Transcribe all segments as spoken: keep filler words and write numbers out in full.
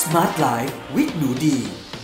Smart Life with หนูดี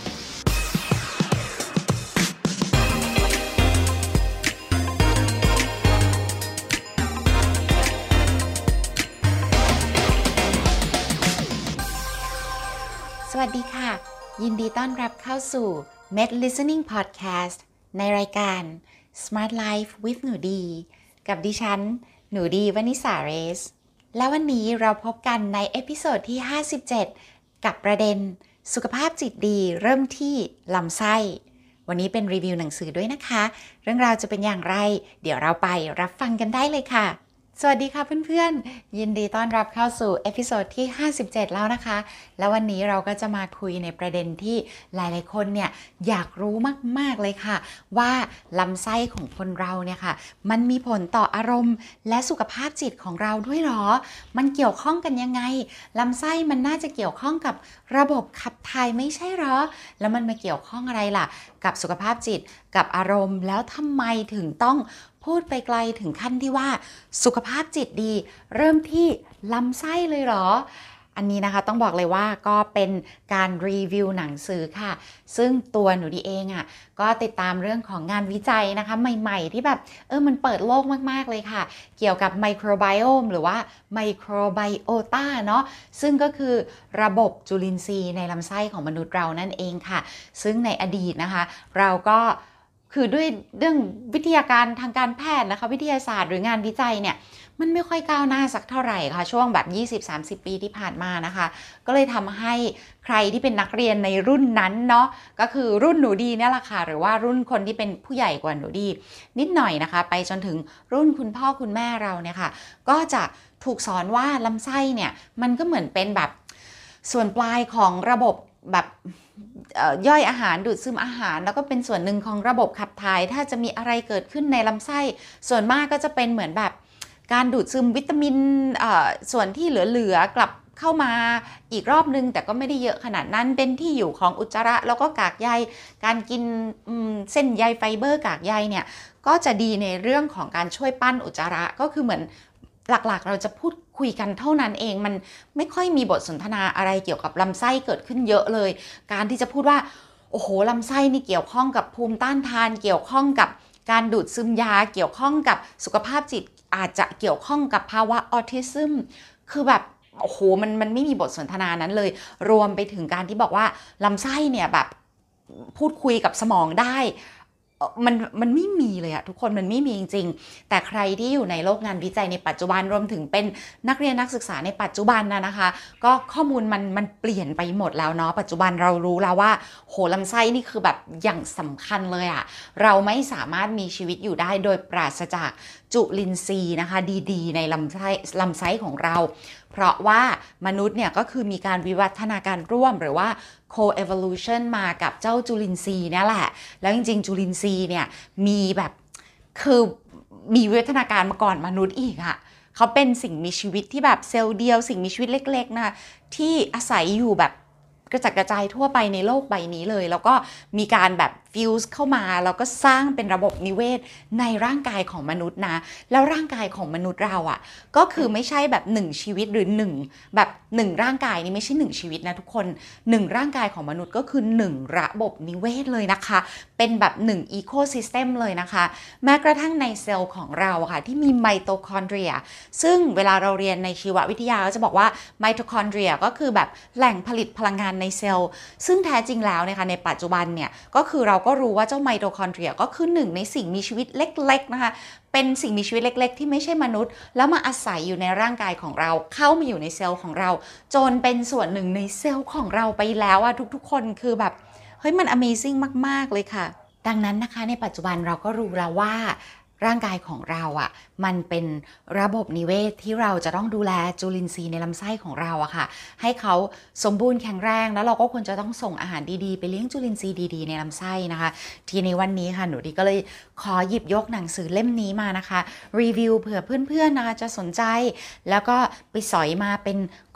สวัสดีค่ะยินดีต้อนรับเข้าสู่ Med Listening Podcast ในรายการ Smart Life with หนูดีกับดิฉันหนูดีวนิสาเรสและวันนี้เราพบกันในเอพิโซดที่ห้าสิบเจ็ดกับประเด็นสุขภาพจิตดีเริ่มที่ลำไส้วันนี้เป็นรีวิวหนังสือด้วยนะคะเรื่องราวจะเป็นอย่างไรเดี๋ยวเราไปรับฟังกันได้เลยค่ะสวัสดีค่ะเพื่อนๆยินดีต้อนรับเข้าสู่เอพิโซดที่ห้าสิบเจ็ดแล้วนะคะแล้ววันนี้เราก็จะมาคุยในประเด็นที่หลายๆคนเนี่ยอยากรู้มากๆเลยค่ะว่าลำไส้ของคนเราเนี่ยค่ะมันมีผลต่ออารมณ์และสุขภาพจิตของเราด้วยหรอมันเกี่ยวข้องกันยังไงลำไส้มันน่าจะเกี่ยวข้องกับระบบขับถ่ายไม่ใช่หรอแล้วมันมาเกี่ยวข้องอะไรล่ะกับสุขภาพจิตกับอารมณ์แล้วทำไมถึงต้องพูดไปไกลถึงขั้นที่ว่าสุขภาพจิตดีเริ่มที่ลำไส้เลยเหรออันนี้นะคะต้องบอกเลยว่าก็เป็นการรีวิวหนังสือค่ะซึ่งตัวหนูดีเองอ่ะก็ติดตามเรื่องของงานวิจัยนะคะใหม่ๆที่แบบเออมันเปิดโลกมากๆเลยค่ะเกี่ยวกับไมโครไบโอมหรือว่าไมโครไบโอตาเนาะซึ่งก็คือระบบจุลินทรีย์ในลำไส้ของมนุษย์เรานั่นเองค่ะซึ่งในอดีตนะคะเราก็คือด้วยเรื่องวิทยาการทางการแพทย์นะคะวิทยาศาสตร์หรืองานวิจัยเนี่ยมันไม่ค่อยก้าวหน้าสักเท่าไหร่ค่ะช่วงแบบ ยี่สิบถึงสามสิบ ปีที่ผ่านมานะคะก็เลยทำให้ใครที่เป็นนักเรียนในรุ่นนั้นเนาะก็คือรุ่นหนูดีเนี่ยแหละค่ะหรือว่ารุ่นคนที่เป็นผู้ใหญ่กว่าหนูดีนิดหน่อยนะคะไปจนถึงรุ่นคุณพ่อคุณแม่เราเนี่ยค่ะก็จะถูกสอนว่าลำไส้เนี่ยมันก็เหมือนเป็นแบบส่วนปลายของระบบแบบย่อยอาหารดูดซึมอาหารแล้วก็เป็นส่วนหนึ่งของระบบขับถ่ายถ้าจะมีอะไรเกิดขึ้นในลำไส้ส่วนมากก็จะเป็นเหมือนแบบการดูดซึมวิตามินส่วนที่เหลือๆกลับเข้ามาอีกรอบนึงแต่ก็ไม่ได้เยอะขนาดนั้นเป็นที่อยู่ของอุจจาระแล้วก็กากใยการกินเส้นใยไฟเบอร์กากใยเนี่ยก็จะดีในเรื่องของการช่วยปั้นอุจจาระก็คือเหมือนหลักๆเราจะพูดคุยกันเท่านั้นเองมันไม่ค่อยมีบทสนทนาอะไรเกี่ยวกับลำไส้เกิดขึ้นเยอะเลยการที่จะพูดว่าโอ้โหลำไส้นี่เกี่ยวข้องกับภูมิต้านทานเกี่ยวข้องกับการดูดซึมยาเกี่ยวข้องกับสุขภาพจิตอาจจะเกี่ยวข้องกับภาวะออทิซึมคือแบบโอ้โหมันมันไม่มีบทสนทนานั้นเลยรวมไปถึงการที่บอกว่าลำไส้เนี่ยแบบพูดคุยกับสมองได้มันมันไม่มีเลยอะทุกคนมันไม่มีจริงๆแต่ใครที่อยู่ในโลกงานวิจัยในปัจจุบันรวมถึงเป็นนักเรียนนักศึกษาในปัจจุบันนะนะคะก็ข้อมูลมันมันเปลี่ยนไปหมดแล้วเนาะปัจจุบันเรารู้แล้วว่าโหลำไส้นี่คือแบบอย่างสำคัญเลยอะเราไม่สามารถมีชีวิตอยู่ได้โดยปราศจากจุลินทรีย์นะคะดีๆในลำไส้ลำไส้ของเราเพราะว่ามนุษย์เนี่ยก็คือมีการวิวัฒนาการร่วมหรือว่า co-evolution มากับเจ้าจุลินทรีย์นี่แหละแล้วจริงๆจุลินทรีย์เนี่ยมีแบบคือมีวิวัฒนาการมาก่อนมนุษย์อีกอะเขาเป็นสิ่งมีชีวิตที่แบบเซลล์เดียวสิ่งมีชีวิตเล็กๆนะที่อาศัยอยู่แบบกระจัดกระจายทั่วไปในโลกใบนี้เลยแล้วก็มีการแบบฟิวส์เข้ามาแล้วก็สร้างเป็นระบบนิเวศในร่างกายของมนุษย์นะแล้วร่างกายของมนุษย์เราอ่ะก็คือไม่ใช่แบบหนึ่งชีวิตหรือหนึ่งแบบหนึ่งร่างกายนี่ไม่ใช่หนึ่งชีวิตนะทุกคนหนึ่งร่างกายของมนุษย์ก็คือหนึ่งระบบนิเวศเลยนะคะเป็นแบบหนึ่งอีโคซิสเต็มเลยนะคะแม้กระทั่งในเซลล์ของเราค่ะที่มีไมโตคอนเดรียซึ่งเวลาเราเรียนในชีววิทยาก็จะบอกว่าไมโตคอนเดรียก็คือแบบแหล่งผลิตพลังงานในเซลล์ซึ่งแท้จริงแล้วนะคะในปัจจุบันเนี่ยก็คือเราก็รู้ว่าเจ้าไมโตคอนเดรียก็คือหนึ่งในสิ่งมีชีวิตเล็กๆนะคะเป็นสิ่งมีชีวิตเล็กๆที่ไม่ใช่มนุษย์แล้วมาอาศัยอยู่ในร่างกายของเราเข้ามาอยู่ในเซลล์ของเราจนเป็นส่วนหนึ่งในเซลล์ของเราไปแล้วอะทุกๆคนคือแบบเฮ้ยมัน Amazing มากๆเลยค่ะดังนั้นนะคะในปัจจุบันเราก็รู้แล้วว่าร่างกายของเราอ่ะมันเป็นระบบนิเวศที่เราจะต้องดูแลจุลินทรีย์ในลำไส้ของเราอะค่ะให้เขาสมบูรณ์แข็งแรงแล้วเราก็ควรจะต้องส่งอาหารดีๆไปเลี้ยงจุลินทรีย์ดีๆในลำไส้นะคะทีในวันนี้ค่ะหนูดีก็เลยขอหยิบยกหนังสือเล่มนี้มานะคะรีวิวเผื่อเพื่อนๆนะคะจะสนใจแล้วก็ไปสอยมาเป็น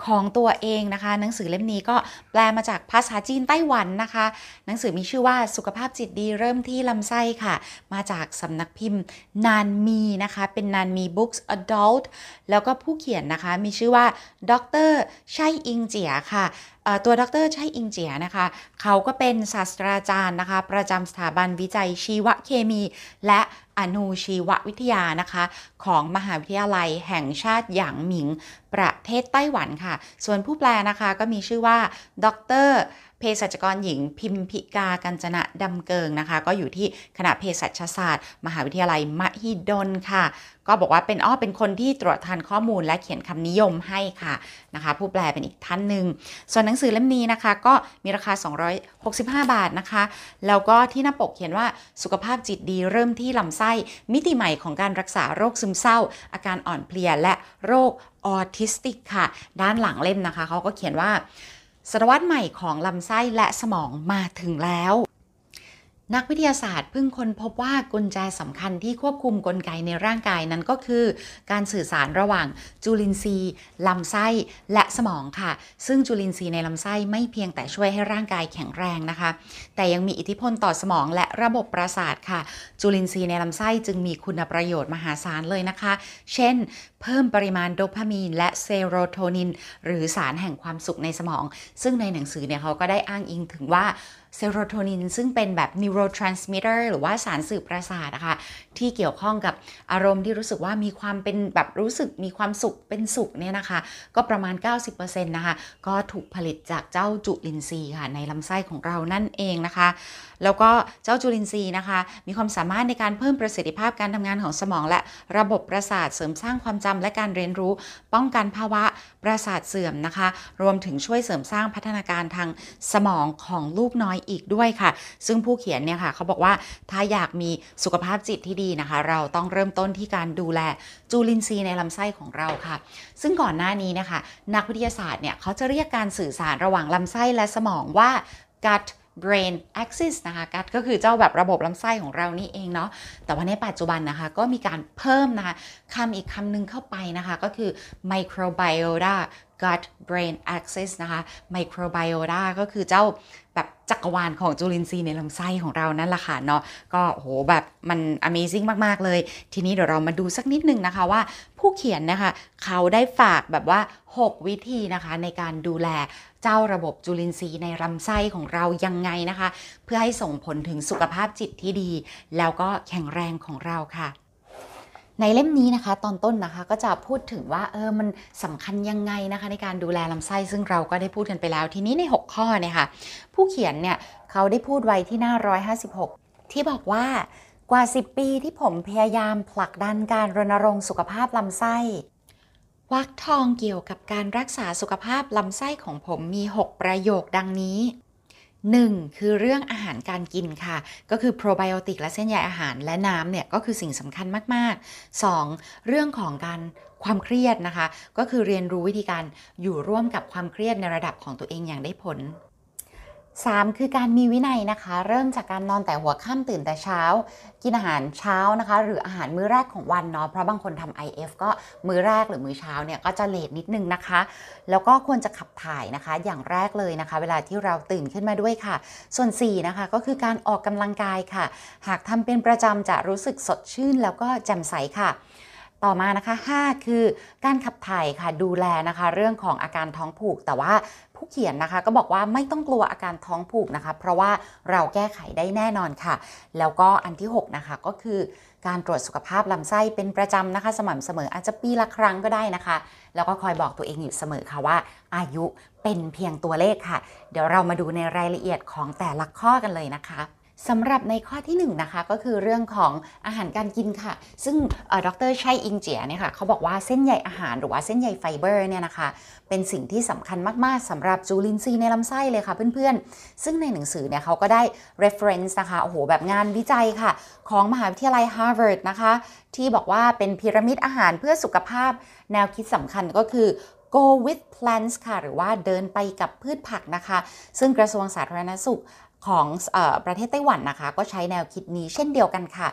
ของตัวเองนะคะหนังสือเล่มนี้ก็แปลมาจากภาษาจีนไต้หวันนะคะหนังสือมีชื่อว่าสุขภาพจิตดีเริ่มที่ลำไส้ค่ะมาจากสำนักพิมพ์นานมีนะคะเป็นนานมี Books Adult แล้วก็ผู้เขียนนะคะมีชื่อว่าดร.ไช่อิงเจี๋ยค่ะตัวดร.ไช่อิงเจี๋ยนะคะเขาก็เป็นศาสตราจารย์นะคะประจำสถาบันวิจัยชีวเคมีและอนุชีววิทยานะคะของมหาวิทยาลัยแห่งชาติหยางหมิงประเทศไต้หวันค่ะส่วนผู้แปลนะคะก็มีชื่อว่าดร.เภสัชกรหญิงพิมพิกากัญจนะดำเกิงนะคะก็อยู่ที่คณะเภสัชศาสตร์มหาวิทยาลัยมหิดลค่ะก็บอกว่าเป็นอ้อเป็นคนที่ตรวจทานข้อมูลและเขียนคำนิยมให้ค่ะนะคะผู้แปลเป็นอีกท่านหนึ่งส่วนหนังสือเล่มนี้นะคะก็มีราคาสองร้อยหกสิบห้าบาทนะคะแล้วก็ที่หน้าปกเขียนว่าสุขภาพจิตดีเริ่มที่ลำไส้มิติใหม่ของการรักษาโรคซึมเศร้าอาการอ่อนเพลียและโรคออทิสติกค่ะด้านหลังเล่มนะคะเขาก็เขียนว่าศตวรรษใหม่ของลำไส้และสมองมาถึงแล้วนักวิทยาศาสตร์เพิ่งค้นพบว่ากุญแจสำคัญที่ควบคุมกลไกในร่างกายนั้นก็คือการสื่อสารระหว่างจุลินทรีย์ลำไส้และสมองค่ะซึ่งจุลินทรีย์ในลำไส้ไม่เพียงแต่ช่วยให้ร่างกายแข็งแรงนะคะแต่ยังมีอิทธิพลต่อสมองและระบบประสาทค่ะจุลินทรีย์ในลำไส้จึงมีคุณประโยชน์มหาศาลเลยนะคะเช่นเพิ่มปริมาณโดพามีนและเซโรโทนินหรือสารแห่งความสุขในสมองซึ่งในหนังสือเนี่ยเขาก็ได้อ้างอิงถึงว่าเซโรโทนินซึ่งเป็นแบบ neurotransmitter หรือว่าสารสื่อประสาทนะคะที่เกี่ยวข้องกับอารมณ์ที่รู้สึกว่ามีความเป็นแบบรู้สึกมีความสุขเป็นสุขเนี่ยนะคะก็ประมาณ เก้าสิบเปอร์เซ็นต์ นะคะก็ถูกผลิตจากเจ้าจุลินทรีย์ค่ะในลำไส้ของเรานั่นเองนะคะแล้วก็เจ้าจุลินทรีย์นะคะมีความสามารถในการเพิ่มประสิทธิภาพการทำงานของสมองและระบบประสาทเสริมสร้างความจำและการเรียนรู้ป้องกันภาวะประสาทเสื่อมนะคะรวมถึงช่วยเสริมสร้างพัฒนาการทางสมองของลูกน้อยอีกด้วยค่ะซึ่งผู้เขียนเนี่ยค่ะเขาบอกว่าถ้าอยากมีสุขภาพจิตที่ดีนะคะเราต้องเริ่มต้นที่การดูแลจุลินทรีย์ในลำไส้ของเราค่ะซึ่งก่อนหน้านี้นะคะนักวิทยาศาสตร์เนี่ยเขาจะเรียกการสื่อสารระหว่างลำไส้และสมองว่า gut brain axis นะคะ gut ก็คือเจ้าแบบระบบลำไส้ของเรานี่เองเนาะแต่ว่าในปัจจุบันนะคะก็มีการเพิ่มนะคะคำอีกคำหนึ่งเข้าไปนะคะก็คือ microbiota gut brain axis นะคะ microbiota ก็คือเจ้าแบบจักรวาลของจุลินทรีย์ในลำไส้ของเรานั่นแหละค่ะเนาะก็โหแบบมัน amazing มากๆเลยทีนี้เดี๋ยวเรามาดูสักนิดนึงนะคะว่าผู้เขียนนะคะเขาได้ฝากแบบว่าหกวิธีนะคะในการดูแลเจ้าระบบจุลินทรีย์ในลำไส้ของเรายังไงนะคะเพื่อให้ส่งผลถึงสุขภาพจิตที่ดีแล้วก็แข็งแรงของเราค่ะในเล่มนี้นะคะตอนต้นนะคะก็จะพูดถึงว่าเออมันสำคัญยังไงนะคะในการดูแลลำไส้ซึ่งเราก็ได้พูดกันไปแล้วทีนี้ในหกข้อเนี่ยค่ะผู้เขียนเนี่ยเขาได้พูดไว้ที่หน้าหนึ่งร้อยห้าสิบหกที่บอกว่ากว่าสิบปีที่ผมพยายามผลักดันการรณรงค์สุขภาพลำไส้วักทองเกี่ยวกับการรักษาสุขภาพลำไส้ของผมมีหกประโยคดังนี้หนึ่งคือเรื่องอาหารการกินค่ะก็คือโปรไบโอติกและเส้นใยอาหารและน้ำเนี่ยก็คือสิ่งสำคัญมากๆสองเรื่องของการความเครียดนะคะก็คือเรียนรู้วิธีการอยู่ร่วมกับความเครียดในระดับของตัวเองอย่างได้ผลสามคือการมีวินัยนะคะเริ่มจากการนอนแต่หัวค่ำตื่นแต่เช้ากินอาหารเช้านะคะหรืออาหารมื้อแรกของวันเนาะเพราะบางคนทำ ไอ เอฟ ก็มื้อแรกหรือมื้อเช้าเนี่ยก็จะเลทนิดนึงนะคะแล้วก็ควรจะขับถ่ายนะคะอย่างแรกเลยนะคะเวลาที่เราตื่นขึ้นมาด้วยค่ะส่วนสี่นะคะก็คือการออกกำลังกายค่ะหากทำเป็นประจำจะรู้สึกสดชื่นแล้วก็แจ่มใสค่ะต่อมานะคะห้าคือการขับถ่ายค่ะดูแลนะคะเรื่องของอาการท้องผูกแต่ว่าผู้เขียนนะคะก็บอกว่าไม่ต้องกลัวอาการท้องผูกนะคะเพราะว่าเราแก้ไขได้แน่นอนค่ะแล้วก็อันที่หกนะคะก็คือการตรวจสุขภาพลำไส้เป็นประจำนะคะสม่ำเสมออาจจะปีละครั้งก็ได้นะคะแล้วก็คอยบอกตัวเองอยู่เสมอค่ะว่าอายุเป็นเพียงตัวเลขค่ะเดี๋ยวเรามาดูในรายละเอียดของแต่ละข้อกันเลยนะคะสำหรับในข้อที่หนึ่งนะคะก็คือเรื่องของอาหารการกินค่ะซึ่งดร.ไช่อิงเจี๋ยเนี่ยค่ะเขาบอกว่าเส้นใยอาหารหรือว่าเส้นใยไฟเบอร์เนี่ยนะคะเป็นสิ่งที่สำคัญมากๆสำหรับจุลินทรีย์ในลำไส้เลยค่ะเพื่อนๆซึ่งในหนังสือเนี่ยเขาก็ได้ reference นะคะโอ้โหแบบงานวิจัยค่ะของมหาวิทยาลัย Harvard นะคะที่บอกว่าเป็นพีระมิดอาหารเพื่อสุขภาพแนวคิดสำคัญก็คือ go with plants ค่ะหรือว่าเดินไปกับพืชผักนะคะซึ่งกระทรวงสาธารณสุขของเอ่อประเทศไต้หวันนะคะก็ใช้แนวคิดนี้เช่นเดียวกันค่ะ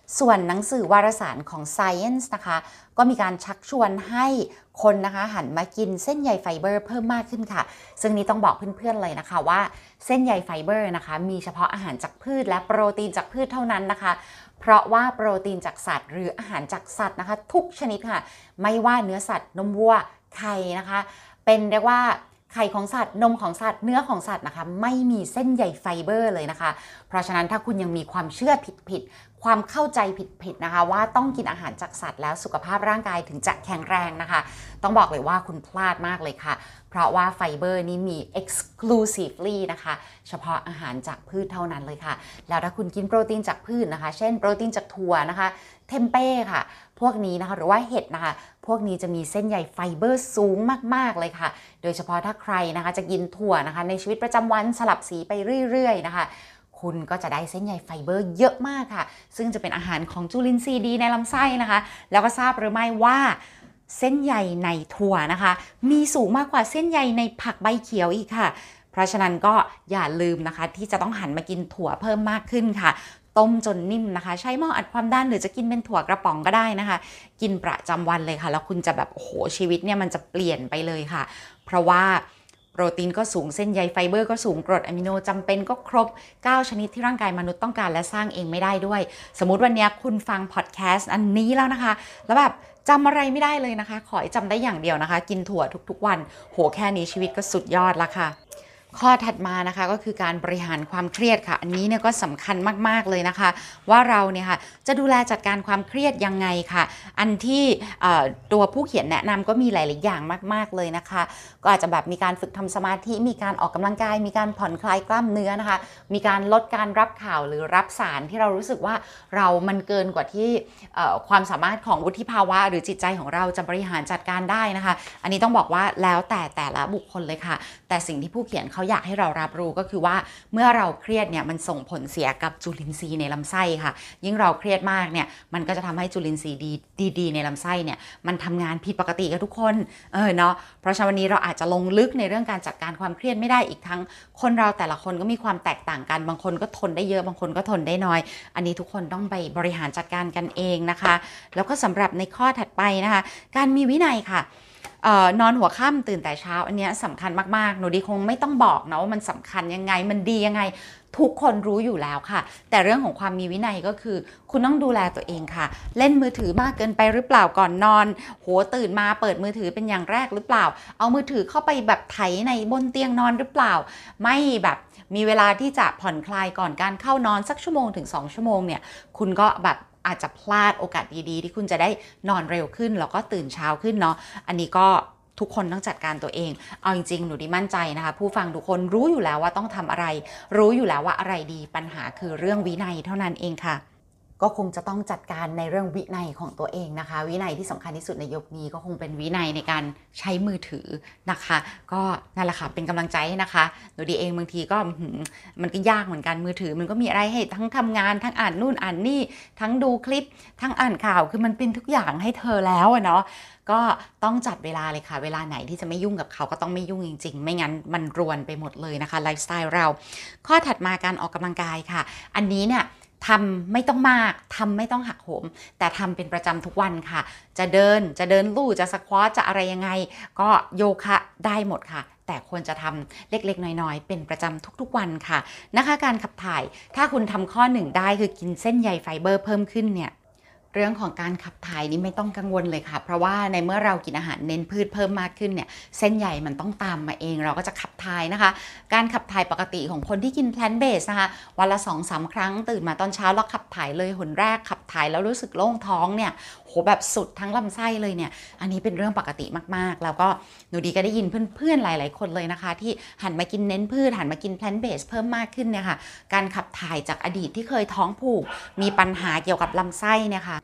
ส่วนหนังสือวารสารของ Science นะคะก็มีการชักชวนให้คนนะคะหันมากินเส้นใยไฟเบอร์เพิ่มมากขึ้นค่ะซึ่งนี้ต้องบอกเพื่อนๆเลยนะคะว่าเส้นใยไฟเบอร์นะคะมีเฉพาะอาหารจากพืชและโปรตีนจากพืชเท่านั้นนะคะเพราะว่าโปรตีนจากสัตว์หรืออาหารจากสัตว์นะคะทุกชนิดค่ะไม่ว่าเนื้อสัตว์นมวัวไข่นะคะเป็นเรียกว่าไข่ของสัตว์นมของสัตว์เนื้อของสัตว์นะคะไม่มีเส้นใยไฟเบอร์เลยนะคะเพราะฉะนั้นถ้าคุณยังมีความเชื่อผิดๆความเข้าใจผิดๆนะคะว่าต้องกินอาหารจากสัตว์แล้วสุขภาพร่างกายถึงจะแข็งแรงนะคะต้องบอกเลยว่าคุณพลาดมากเลยค่ะเพราะว่าไฟเบอร์นี้มี exclusively นะคะเฉพาะอาหารจากพืชเท่านั้นเลยค่ะแล้วถ้าคุณกินโปรตีนจากพืชนะคะเช่นโปรตีนจากถั่วนะคะเทมเป้ค่ะพวกนี้นะคะหรือว่าเห็ดนะคะพวกนี้จะมีเส้นใยไฟเบอร์สูงมากๆเลยค่ะโดยเฉพาะถ้าใครนะคะจะกินถั่วนะคะในชีวิตประจำวันสลับสีไปเรื่อยๆนะคะคุณก็จะได้เส้นใยไฟเบอร์เยอะมากค่ะซึ่งจะเป็นอาหารของจุลินทรีย์ดีในลำไส้นะคะแล้วก็ทราบหรือไม่ว่าเส้นใยในถั่วนะคะมีสูงมากกว่าเส้นใยในผักใบเขียวอีกค่ะเพราะฉะนั้นก็อย่าลืมนะคะที่จะต้องหันมากินถั่วเพิ่มมากขึ้นค่ะต้มจนนิ่มนะคะใช้หม้ออัดความดันหรือจะกินเป็นถั่วกระป๋องก็ได้นะคะกินประจำวันเลยค่ะแล้วคุณจะแบบโอ้โหชีวิตเนี่ยมันจะเปลี่ยนไปเลยค่ะเพราะว่าโปรตีนก็สูงเส้นใยไฟเบอร์ก็สูงกรดอะมิโนจำเป็นก็ครบเก้าชนิดที่ร่างกายมนุษย์ต้องการและสร้างเองไม่ได้ด้วยสมมุติวันนี้คุณฟังพอดแคสต์อันนี้แล้วนะคะแล้วแบบจำอะไรไม่ได้เลยนะคะขอให้จำได้อย่างเดียวนะคะกินถั่วทุกๆวันโหแค่นี้ชีวิตก็สุดยอดละค่ะข้อถัดมานะคะก็คือการบริหารความเครียดค่ะอันนี้เนี่ยก็สำคัญมากๆเลยนะคะว่าเราเนี่ยค่ะจะดูแลจัดการความเครียดยังไงค่ะอันที่ตัวผู้เขียนแนะนำก็มีหลายๆอย่างมากๆเลยนะคะก็อาจจะแบบมีการฝึกทำสมาธิมีการออกกำลังกายมีการผ่อนคลายกล้ามเนื้อนะคะมีการลดการรับข่าวหรือรับสารที่เรารู้สึกว่าเรามันเกินกว่าที่ความสามารถของวุฒิภาวะหรือจิตใจของเราจะบริหารจัดการได้นะคะอันนี้ต้องบอกว่าแล้วแต่แต่ละบุคคลเลยค่ะแต่สิ่งที่ผู้เขียนเขาอยากให้เรารับรู้ก็คือว่าเมื่อเราเครียดเนี่ยมันส่งผลเสียกับจุลินทรีย์ในลำไส้ค่ะยิ่งเราเครียดมากเนี่ยมันก็จะทำให้จุลินทรีย์ดีดีๆในลำไส้เนี่ยมันทำงานผิดปกติกับทุกคนเออเนาะเพราะฉะนั้นวันนี้เราอาจจะลงลึกในเรื่องการจัดการความเครียดไม่ได้อีกทั้งคนเราแต่ละคนก็มีความแตกต่างกันบางคนก็ทนได้เยอะบางคนก็ทนได้น้อยอันนี้ทุกคนต้องไปบริหารจัดการกันเองนะคะแล้วก็สำหรับในข้อถัดไปนะคะการมีวินัยค่ะเอ่อนอนหัวค่ำตื่นแต่เช้าอันนี้สำคัญมากๆหนูดีคงไม่ต้องบอกนะว่ามันสำคัญยังไงมันดียังไงทุกคนรู้อยู่แล้วค่ะแต่เรื่องของความมีวินัยก็คือคุณต้องดูแลตัวเองค่ะเล่นมือถือมากเกินไปหรือเปล่าก่อนนอนโหตื่นมาเปิดมือถือเป็นอย่างแรกหรือเปล่าเอามือถือเข้าไปแบบไถในบนเตียงนอนหรือเปล่าไม่แบบมีเวลาที่จะผ่อนคลายก่อนการเข้านอนสักชั่วโมงถึงสองชั่วโมงเนี่ยคุณก็แบบอาจจะพลาดโอกาสดีๆที่คุณจะได้นอนเร็วขึ้นแล้วก็ตื่นเช้าขึ้นเนาะอันนี้ก็ทุกคนต้องจัดการตัวเองเอาจริงๆหนูดีมั่นใจนะคะผู้ฟังทุกคนรู้อยู่แล้วว่าต้องทำอะไรรู้อยู่แล้วว่าอะไรดีปัญหาคือเรื่องวินัยเท่านั้นเองค่ะก็คงจะต้องจัดการในเรื่องวินัยของตัวเองนะคะวินัยที่สำคัญที่สุดในยุคนี้ก็คงเป็นวินัยในการใช้มือถือนะคะก็นั่นแหละค่ะเป็นกำลังใจนะคะหนูดีเองบางทีก็มันก็ยากเหมือนกันมือถือมันก็มีอะไรให้ทั้งทำงานทั้งอ่านนู่นอ่านนี่ทั้งดูคลิปทั้งอ่านข่าวคือมันเป็นทุกอย่างให้เธอแล้วเนาะก็ต้องจัดเวลาเลยค่ะเวลาไหนที่จะไม่ยุ่งกับเขาก็ต้องไม่ยุ่งจริงๆไม่งั้นมันรวนไปหมดเลยนะคะไลฟ์สไตล์เราข้อถัดมาการออกกำลังกายค่ะอันนี้เนี่ยทำไม่ต้องมากทำไม่ต้องหักโหมแต่ทำเป็นประจำทุกวันค่ะจะเดินจะเดินลู่จะสควอตจะอะไรยังไงก็โยคะได้หมดค่ะแต่ควรจะทำเล็กๆน้อยๆเป็นประจำทุกๆวันค่ะนะคะการขับถ่ายถ้าคุณทำข้อหนึ่งได้คือกินเส้นใยไฟเบอร์เพิ่มขึ้นเนี่ยเรื่องของการขับถ่ายนี่ไม่ต้องกังวลเลยค่ะเพราะว่าในเมื่อเรากินอาหารเน้นพืชเพิ่มมากขึ้นเนี่ยเส้นใยมันต้องตามมาเองเราก็จะขับถ่ายนะคะการขับถ่ายปกติของคนที่กินแพลนต์เบสนะคะวันละสองสามครั้งตื่นมาตอนเช้าแล้วขับถ่ายเลยหนแรกขับถ่ายแล้วรู้สึกโล่งท้องเนี่ยโหแบบสุดทั้งลำไส้เลยเนี่ยอันนี้เป็นเรื่องปกติมากๆแล้วก็หนูดีก็ได้ยินเพื่อนๆหลายๆคนเลยนะคะที่หันมากินเน้นพืชหันมากินแพลนต์เบสเพิ่มมากขึ้นเนี่ยค่ะการขับถ่ายจากอดีตที่เคยท้องผูกมีปัญหาเกี่ยวกับลำไส้เนี่ยค่ะ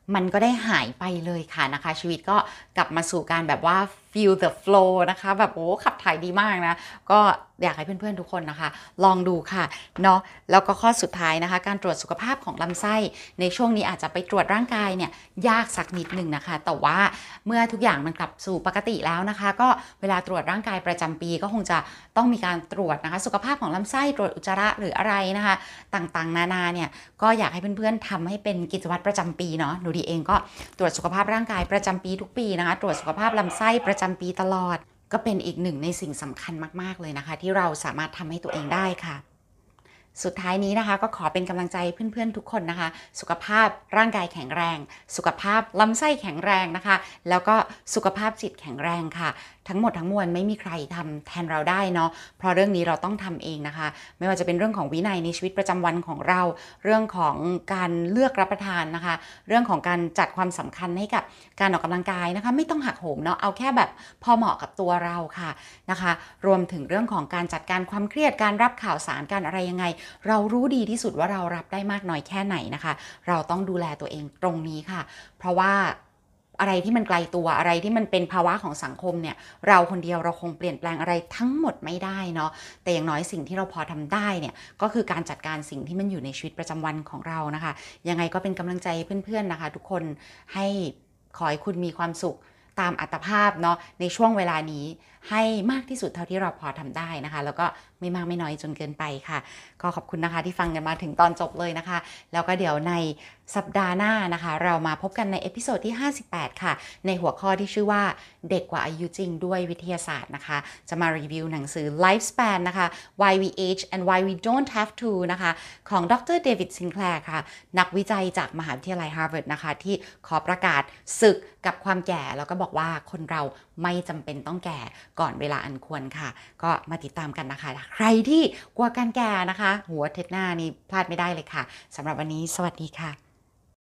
มันก็ได้หายไปเลยค่ะนะคะชีวิตก็กลับมาสู่การแบบว่า feel the flow นะคะแบบโอ้ขับถ่ายดีมากนะก็อยากให้เพื่อนๆทุกคนนะคะลองดูค่ะเนาะแล้วก็ข้อสุดท้ายนะคะการตรวจสุขภาพของลำไส้ในช่วงนี้อาจจะไปตรวจร่างกายเนี่ยยากสักนิดหนึ่งนะคะแต่ว่าเมื่อทุกอย่างมันกลับสู่ปกติแล้วนะคะก็เวลาตรวจร่างกายประจำปีก็คงจะต้องมีการตรวจนะคะสุขภาพของลำไส้ตรวจอุจจาระหรืออะไรนะคะต่างๆนานาเนี่ยก็อยากให้เพื่อนๆทำให้เป็นกิจวัตรประจำปีเนาะหนูดีเองก็ตรวจสุขภาพร่างกายประจำปีทุกปีนะคะตรวจสุขภาพลำไส้ประจำปีตลอดก็เป็นอีกหนึ่งในสิ่งสำคัญมากๆเลยนะคะที่เราสามารถทำให้ตัวเองได้ค่ะสุดท้ายนี้นะคะก็ขอเป็นกำลังใจเพื่อนๆทุกคนนะคะสุขภาพร่างกายแข็งแรงสุขภาพลำไส้แข็งแรงนะคะแล้วก็สุขภาพจิตแข็งแรงค่ะทั้งหมดทั้งมวลไม่มีใครทำแทนเราได้เนาะเพราะเรื่องนี้เราต้องทำเองนะคะไม่ว่าจะเป็นเรื่องของวินัยในชีวิตประจำวันของเราเรื่องของการเลือกรับประทานนะคะเรื่องของการจัดความสำคัญให้กับการออกกำลังกายนะคะไม่ต้องหักโหมเนาะเอาแค่แบบพอเหมาะกับตัวเราค่ะนะคะรวมถึงเรื่องของการจัดการความเครียดการรับข่าวสารการอะไรยังไงเรารู้ดีที่สุดว่าเรารับได้มากน้อยแค่ไหนนะคะเราต้องดูแลตัวเองตรงนี้ค่ะเพราะว่าอะไรที่มันไกลตัวอะไรที่มันเป็นภาวะของสังคมเนี่ยเราคนเดียวเราคงเปลี่ยนแปลงอะไรทั้งหมดไม่ได้เนาะแต่อย่างน้อยสิ่งที่เราพอทำได้เนี่ยก็คือการจัดการสิ่งที่มันอยู่ในชีวิตประจำวันของเรานะคะยังไงก็เป็นกำลังใจเพื่อนๆนะคะทุกคนให้ขอให้คุณมีความสุขตามอัตภาพเนาะในช่วงเวลานี้ให้มากที่สุดเท่าที่เราพอทำได้นะคะแล้วก็ไม่มากไม่น้อยจนเกินไปค่ะก็ขอบคุณนะคะที่ฟังกันมาถึงตอนจบเลยนะคะแล้วก็เดี๋ยวในสัปดาห์หน้านะคะเรามาพบกันในเอพิโซดที่ห้าสิบแปดค่ะในหัวข้อที่ชื่อว่าเด็กกว่าอายุจริงด้วยวิทยาศาสตร์นะคะจะมารีวิวหนังสือ Lifespan นะคะ Why We Age and Why We Don't Have to นะคะของดร. เดวิด ซินแคลร์ค่ะนักวิจัยจากมหาวิทยาลัย Harvard นะคะที่ขอประกาศศึกกับความแก่แล้วก็บอกว่าคนเราไม่จำเป็นต้องแก่ก่อนเวลาอันควรค่ะก็มาติดตามกันนะคะใครที่กลัวการแก่นะคะหัวเท็ดหน้านี่พลาดไม่ได้เลยค่ะสำหรับวันนี้สวัสดีค่ะ